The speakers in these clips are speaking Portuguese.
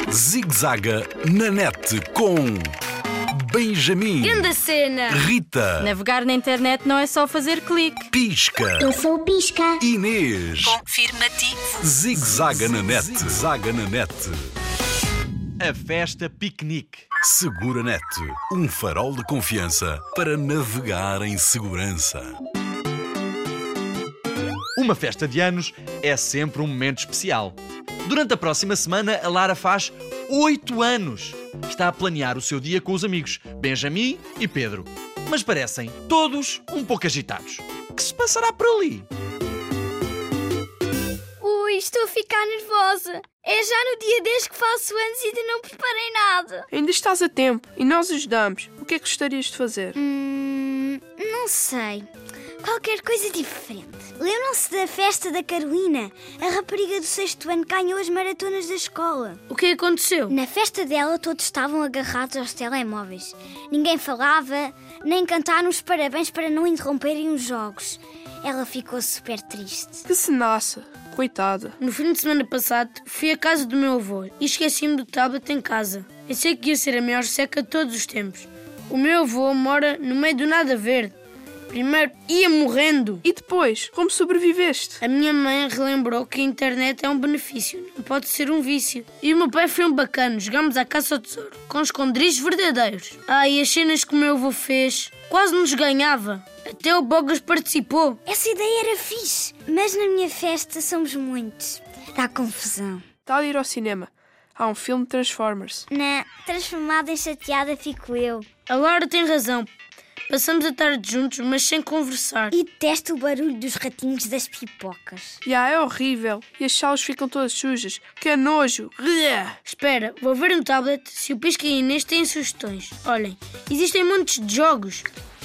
Zig-zaga na net com Benjamin, Grande cena! Rita, Navegar na internet não é só fazer clique. Pisca, Eu sou o Pisca. Inês. Confirmativo. Zig-zaga na net. Zaga na net. A festa piquenique. Segura Net, um farol de confiança para navegar em segurança. Uma festa de anos é sempre um momento especial. Durante a próxima semana, a Lara faz 8 anos. Está a planear o seu dia com os amigos Benjamin e Pedro. Mas parecem todos um pouco agitados. O que se passará por ali? Ui, estou a ficar nervosa. É já no dia 10 que faço anos e ainda não preparei nada. Ainda estás a tempo e nós ajudamos. O que é que gostarias de fazer? Não sei. Qualquer coisa diferente. Lembram-se da festa da Carolina? A rapariga do 6º ano ganhou as maratonas da escola. O que aconteceu? Na festa dela todos estavam agarrados aos telemóveis. Ninguém falava, nem cantaram os parabéns para não interromperem os jogos. Ela ficou super triste. Que cenaça. Coitada. No fim de semana passado, fui à casa do meu avô e esqueci-me do tablet em casa. Pensei que ia ser a maior seca de todos os tempos. O meu avô mora no meio do nada verde. Primeiro ia morrendo. E depois, como sobreviveste? A minha mãe relembrou que a internet é um benefício, não pode ser um vício. E o meu pai foi um bacana, jogámos à caça ao tesouro, com esconderijos verdadeiros. E as cenas que o meu avô fez, quase nos ganhava. Até o Bogas participou. Essa ideia era fixe, mas na minha festa somos muitos. Dá confusão. Está a ir ao cinema. Há um filme de Transformers. Na transformada em chateada fico eu. A Laura tem razão. Passamos a tarde juntos, mas sem conversar. E detesto o barulho dos ratinhos das pipocas. É horrível. E as salas ficam todas sujas. Que nojo. Espera, vou ver no tablet se o Pisca e a Inês têm sugestões. Olhem, existem montes de jogos.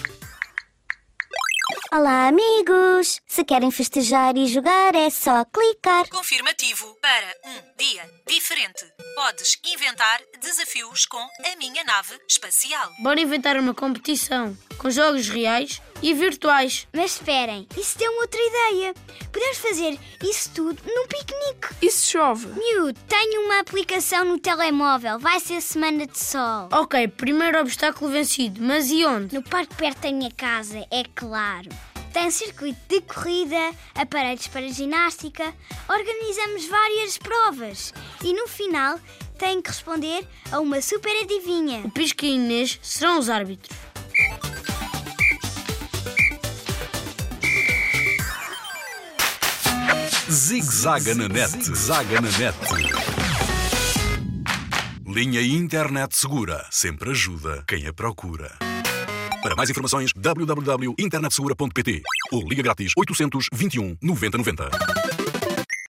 Olá, amigos! Se querem festejar e jogar, é só clicar. Confirmativo. Para um dia diferente, podes inventar desafios com a minha nave espacial. Bora inventar uma competição com jogos reais e virtuais. Mas esperem, isso deu-me outra ideia. Podemos fazer isso tudo num piquenique. E se chove? Miúdo, tenho uma aplicação no telemóvel. Vai ser semana de sol. Ok, primeiro obstáculo vencido, mas e onde? No parque perto da minha casa, é claro. Tem circuito de corrida, aparelhos para ginástica, organizamos várias provas e no final têm que responder a uma super adivinha. O Pisca e a Inês serão os árbitros. Zig-zaga na net. Zaga na net. Linha Internet Segura sempre ajuda quem a procura. Para mais informações, www.internetsegura.pt ou liga grátis 821 90 90.